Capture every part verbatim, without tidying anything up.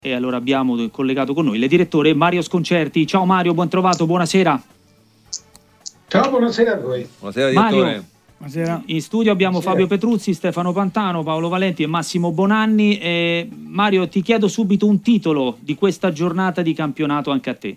E allora abbiamo collegato con noi il direttore Mario Sconcerti. Ciao Mario, buon trovato, buonasera. Ciao, buonasera a voi. Buonasera direttore. Mario, buonasera. In studio abbiamo buonasera. Fabio Petruzzi, Stefano Pantano, Paolo Valenti e Massimo Bonanni. E Mario, ti chiedo subito un titolo di questa giornata di campionato anche a te.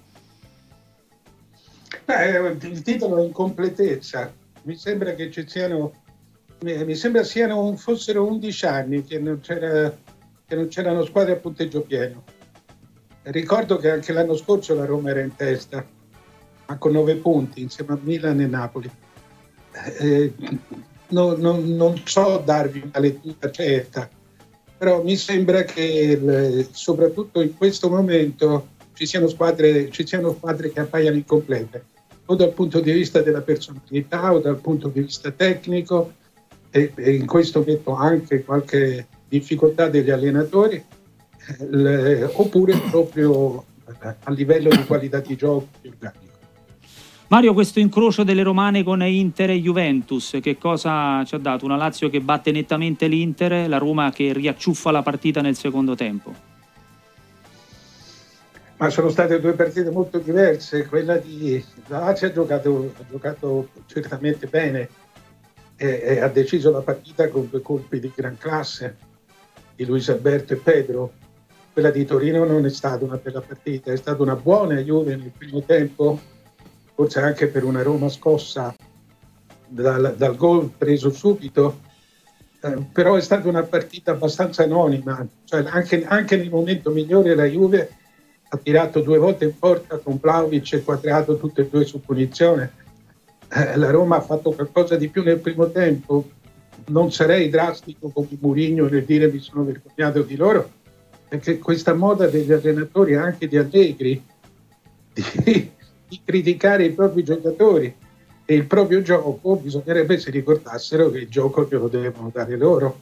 Beh, il titolo è incompletezza. Mi sembra che ci siano, mi sembra siano fossero undici anni che non c'era che non c'erano squadre a punteggio pieno. Ricordo che anche l'anno scorso la Roma era in testa, ma con nove punti insieme a Milan e Napoli. Eh, no, no, non so darvi una lettura certa, però mi sembra che il, soprattutto in questo momento ci siano squadre, ci siano squadre che appaiano incomplete, o dal punto di vista della personalità o dal punto di vista tecnico, e, e in questo metto anche qualche difficoltà degli allenatori, eh, oppure proprio eh, a livello di qualità di gioco più organico. Mario, questo incrocio delle romane con Inter e Juventus, che cosa ci ha dato? Una Lazio che batte nettamente l'Inter, la Roma che riacciuffa la partita nel secondo tempo? Ma sono state due partite molto diverse. Quella di la Lazio ha giocato, ha giocato certamente bene e, e ha deciso la partita con due colpi di gran classe di Luis Alberto e Pedro. Quella di Torino non è stata una bella partita, è stata una buona Juve nel primo tempo, forse anche per una Roma scossa dal, dal gol preso subito, eh, però è stata una partita abbastanza anonima, cioè anche, anche nel momento migliore la Juve ha tirato due volte in porta con Vlahovic e Quadrato, tutte e due su punizione. Eh, la Roma ha fatto qualcosa di più nel primo tempo. Non sarei drastico come Mourinho nel dire mi sono vergognato di loro, perché questa moda degli allenatori, anche di Allegri, di, di criticare i propri giocatori e il proprio gioco, bisognerebbe si ricordassero che il gioco glielo devono dare loro.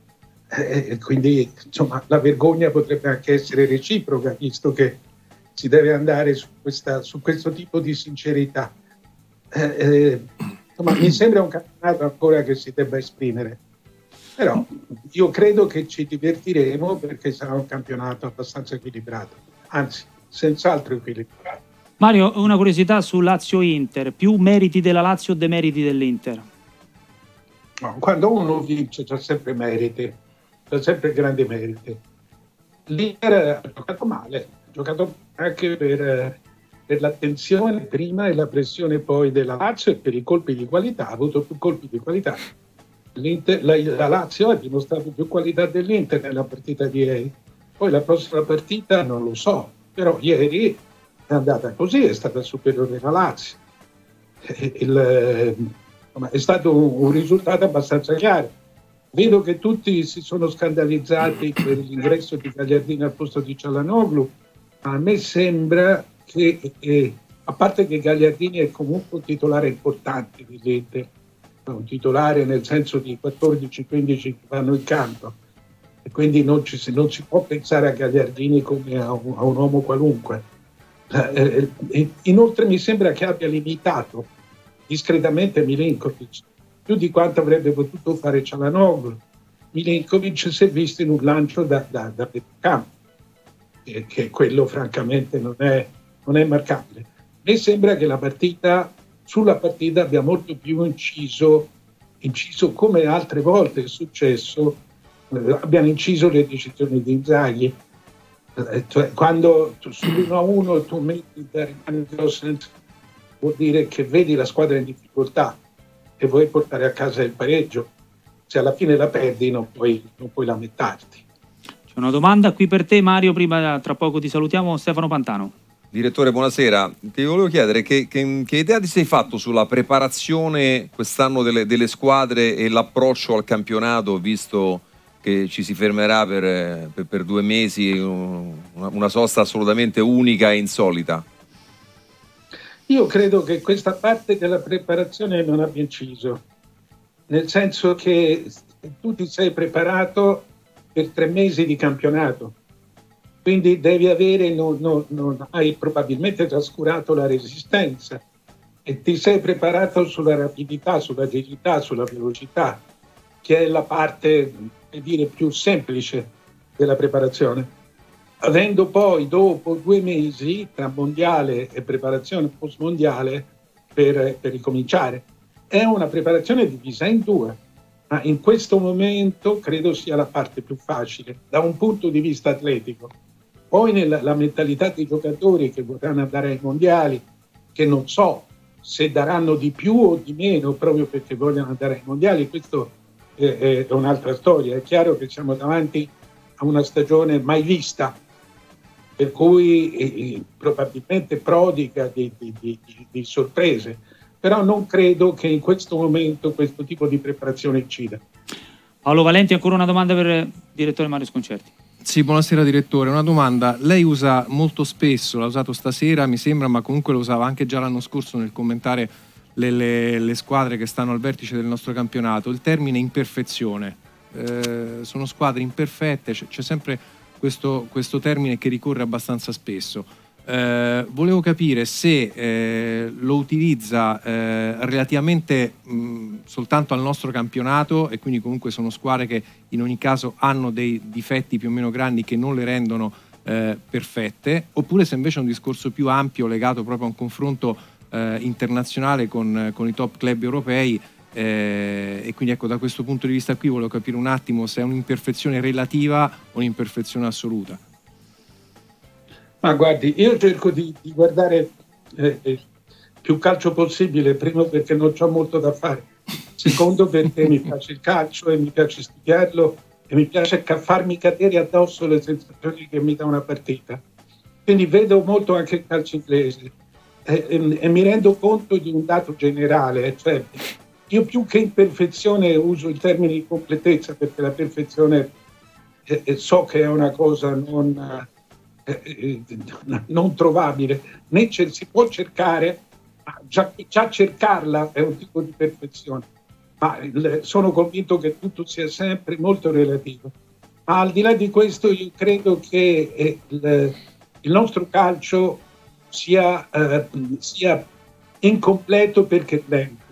E quindi insomma la vergogna potrebbe anche essere reciproca, visto che si deve andare su, questa, su questo tipo di sincerità. Eh, eh, insomma, mi sembra un campionato ancora che si debba esprimere, però io credo che ci divertiremo perché sarà un campionato abbastanza equilibrato, anzi senz'altro equilibrato. Mario, una curiosità su Lazio-Inter, più meriti della Lazio o demeriti dell'Inter? No, quando uno vince c'ha sempre meriti, c'ha sempre grandi meriti. L'Inter ha giocato male, ha giocato anche per, per l'attenzione prima e la pressione poi della Lazio e per i colpi di qualità, ha avuto più colpi di qualità. L'Inter, la, la Lazio ha dimostrato più qualità dell'Inter nella partita di ieri. Poi la prossima partita non lo so, però ieri è andata così, è stata superiore la Lazio. Il, è stato un, un risultato abbastanza chiaro. Vedo che tutti si sono scandalizzati per l'ingresso di Gagliardini al posto di Çalhanoğlu, ma a me sembra che, eh, a parte che Gagliardini è comunque un titolare importante dell'Inter, un titolare nel senso di quattordici quindici che vanno in campo, e quindi non, ci, non si può pensare a Gagliardini come a un, a un uomo qualunque. Eh, eh, inoltre mi sembra che abbia limitato discretamente Milinkovic, più di quanto avrebbe potuto fare Çalhanoğlu. Milinkovic si è visto in un lancio da, da, da campo, che, che quello francamente non è, non è marcabile. Mi sembra che la partita, sulla partita abbia molto più inciso, inciso come altre volte è successo, eh, abbiano inciso le decisioni di Inzaghi. Eh, cioè, quando sull'uno a uno tu metti da vuol dire che vedi la squadra in difficoltà e vuoi portare a casa il pareggio. Se alla fine la perdi non puoi, non puoi lamentarti. C'è una domanda qui per te, Mario, prima tra poco ti salutiamo. Stefano Pantano. Direttore, buonasera. Ti volevo chiedere che, che, che idea ti sei fatto sulla preparazione quest'anno delle, delle squadre e l'approccio al campionato, visto che ci si fermerà per, per, per due mesi, una, una sosta assolutamente unica e insolita? Io credo che questa parte della preparazione non abbia inciso, nel senso che tu ti sei preparato per tre mesi di campionato, quindi devi avere, non, non, non hai probabilmente trascurato la resistenza e ti sei preparato sulla rapidità, sull'agilità, sulla velocità, che è la parte, per dire, più semplice della preparazione. avendo poi dopo due mesi tra mondiale e preparazione post mondiale per, per ricominciare. È una preparazione divisa in due, ma in questo momento credo sia la parte più facile da un punto di vista atletico. Poi nella la mentalità dei giocatori che vorranno andare ai mondiali, che non so se daranno di più o di meno proprio perché vogliono andare ai mondiali, questo è, è un'altra storia. È chiaro che siamo davanti a una stagione mai vista, per cui eh, probabilmente prodiga di, di, di, di sorprese, però non credo che in questo momento questo tipo di preparazione incida. Paolo Valenti, ancora una domanda per il direttore Mario Sconcerti. Sì, buonasera direttore, una domanda. Lei usa molto spesso, l'ha usato stasera mi sembra, ma comunque lo usava anche già l'anno scorso nel commentare le, le, le squadre che stanno al vertice del nostro campionato, il termine imperfezione. Eh, sono squadre imperfette, c'è, c'è sempre questo, questo termine che ricorre abbastanza spesso. Eh, volevo capire se eh, lo utilizza eh, relativamente mh, soltanto al nostro campionato, e quindi comunque sono squadre che in ogni caso hanno dei difetti più o meno grandi che non le rendono eh, perfette, oppure se invece è un discorso più ampio legato proprio a un confronto eh, internazionale con, con i top club europei. Eh, e quindi ecco, da questo punto di vista qui volevo capire un attimo se è un'imperfezione relativa o un'imperfezione assoluta. Ma guardi, io cerco di, di guardare eh, eh, più calcio possibile, primo perché non c'ho molto da fare, secondo perché mi piace il calcio e mi piace studiarlo e mi piace ca- farmi cadere addosso le sensazioni che mi dà una partita. Quindi vedo molto anche il calcio inglese e, e, e mi rendo conto di un dato generale, cioè io più che imperfezione uso il termine di completezza, perché la perfezione eh, eh, so che è una cosa non... Eh, non trovabile, né ce, si può cercare, già, già cercarla è un tipo di perfezione, ma il, sono convinto che tutto sia sempre molto relativo. Ma al di là di questo io credo che eh, il, il nostro calcio sia, eh, sia incompleto perché lento.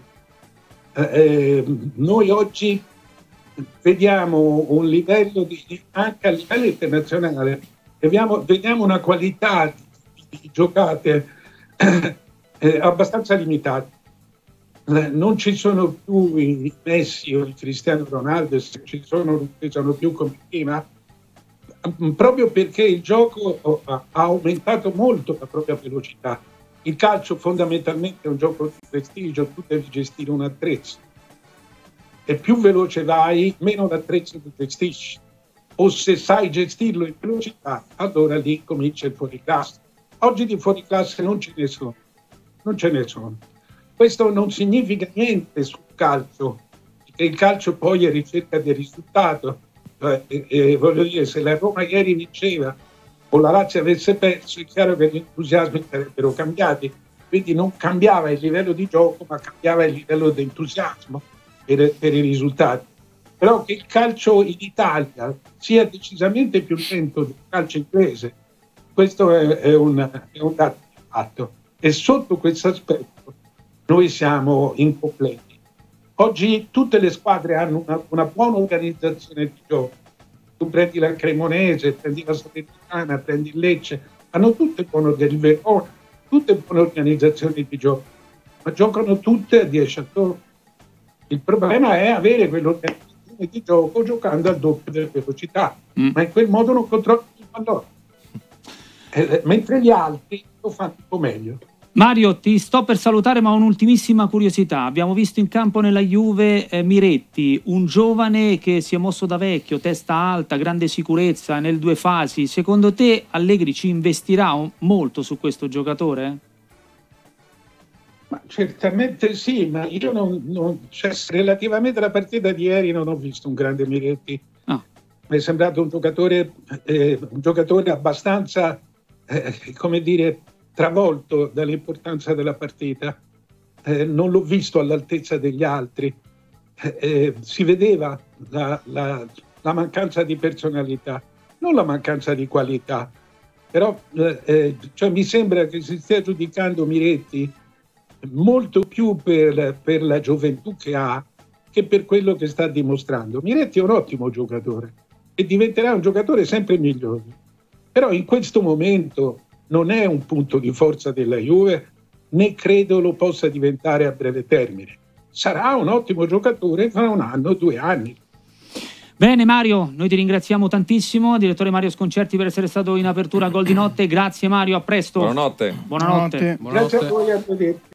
Eh, noi oggi vediamo un livello di, anche a livello internazionale, Vediamo, vediamo una qualità di, di giocate eh, eh, abbastanza limitata. Eh, non ci sono più i Messi o i Cristiano Ronaldo, se ci sono, non ci sono più come prima, proprio perché il gioco ha, ha aumentato molto la propria velocità. Il calcio fondamentalmente è un gioco di prestigio, tu devi gestire un attrezzo. E più veloce vai, meno l'attrezzo tu gestisci. O se sai gestirlo in velocità, allora lì comincia il fuoriclasse. Oggi di fuoriclasse non ce ne sono, non ce ne sono. Questo non significa niente sul calcio, perché il calcio poi è ricerca del risultato. Eh, eh, voglio dire, se la Roma ieri vinceva o la Lazio avesse perso, è chiaro che gli entusiasmi sarebbero cambiati. Quindi non cambiava il livello di gioco, ma cambiava il livello di entusiasmo per, per i risultati. Però che il calcio in Italia sia decisamente più lento del calcio inglese, questo è, è, un, è un dato di fatto. E sotto questo aspetto noi siamo incompleti. Oggi tutte le squadre hanno una, una buona organizzazione di gioco. Tu prendi la Cremonese, prendi la Salernitana, prendi il Lecce, hanno tutte buone organizzazioni, tutte buone organizzazioni di gioco, ma giocano tutte a dieci attorno. Il problema è avere quell'organizzazione di gioco giocando al doppio della velocità, mm. ma in quel modo non controlli il pallone, eh, mentre gli altri lo fanno un po' meglio. Mario, ti sto per salutare, ma ho un'ultimissima curiosità. Abbiamo visto in campo nella Juve eh, Miretti, un giovane che si è mosso da vecchio, testa alta, grande sicurezza nel due fasi. Secondo te Allegri ci investirà un, molto su questo giocatore? Ma certamente sì, ma io non, non cioè, relativamente alla partita di ieri non ho visto un grande Miretti. No. Mi è sembrato un giocatore, eh, un giocatore abbastanza, eh, come dire, travolto dall'importanza della partita. Eh, non l'ho visto all'altezza degli altri. Eh, eh, si vedeva la, la, la mancanza di personalità, non la mancanza di qualità. Però eh, cioè, mi sembra che si stia giudicando Miretti molto più per, per la gioventù che ha che per quello che sta dimostrando. Miretti è un ottimo giocatore e diventerà un giocatore sempre migliore, però in questo momento non è un punto di forza della Juve, né credo lo possa diventare a breve termine. Sarà un ottimo giocatore fra un anno, due anni. Bene Mario, noi ti ringraziamo tantissimo, direttore Mario Sconcerti, per essere stato in apertura Gol di Notte. Grazie Mario, a presto. Buonanotte. Buonanotte. Buonanotte. Grazie a voi, arrivederci.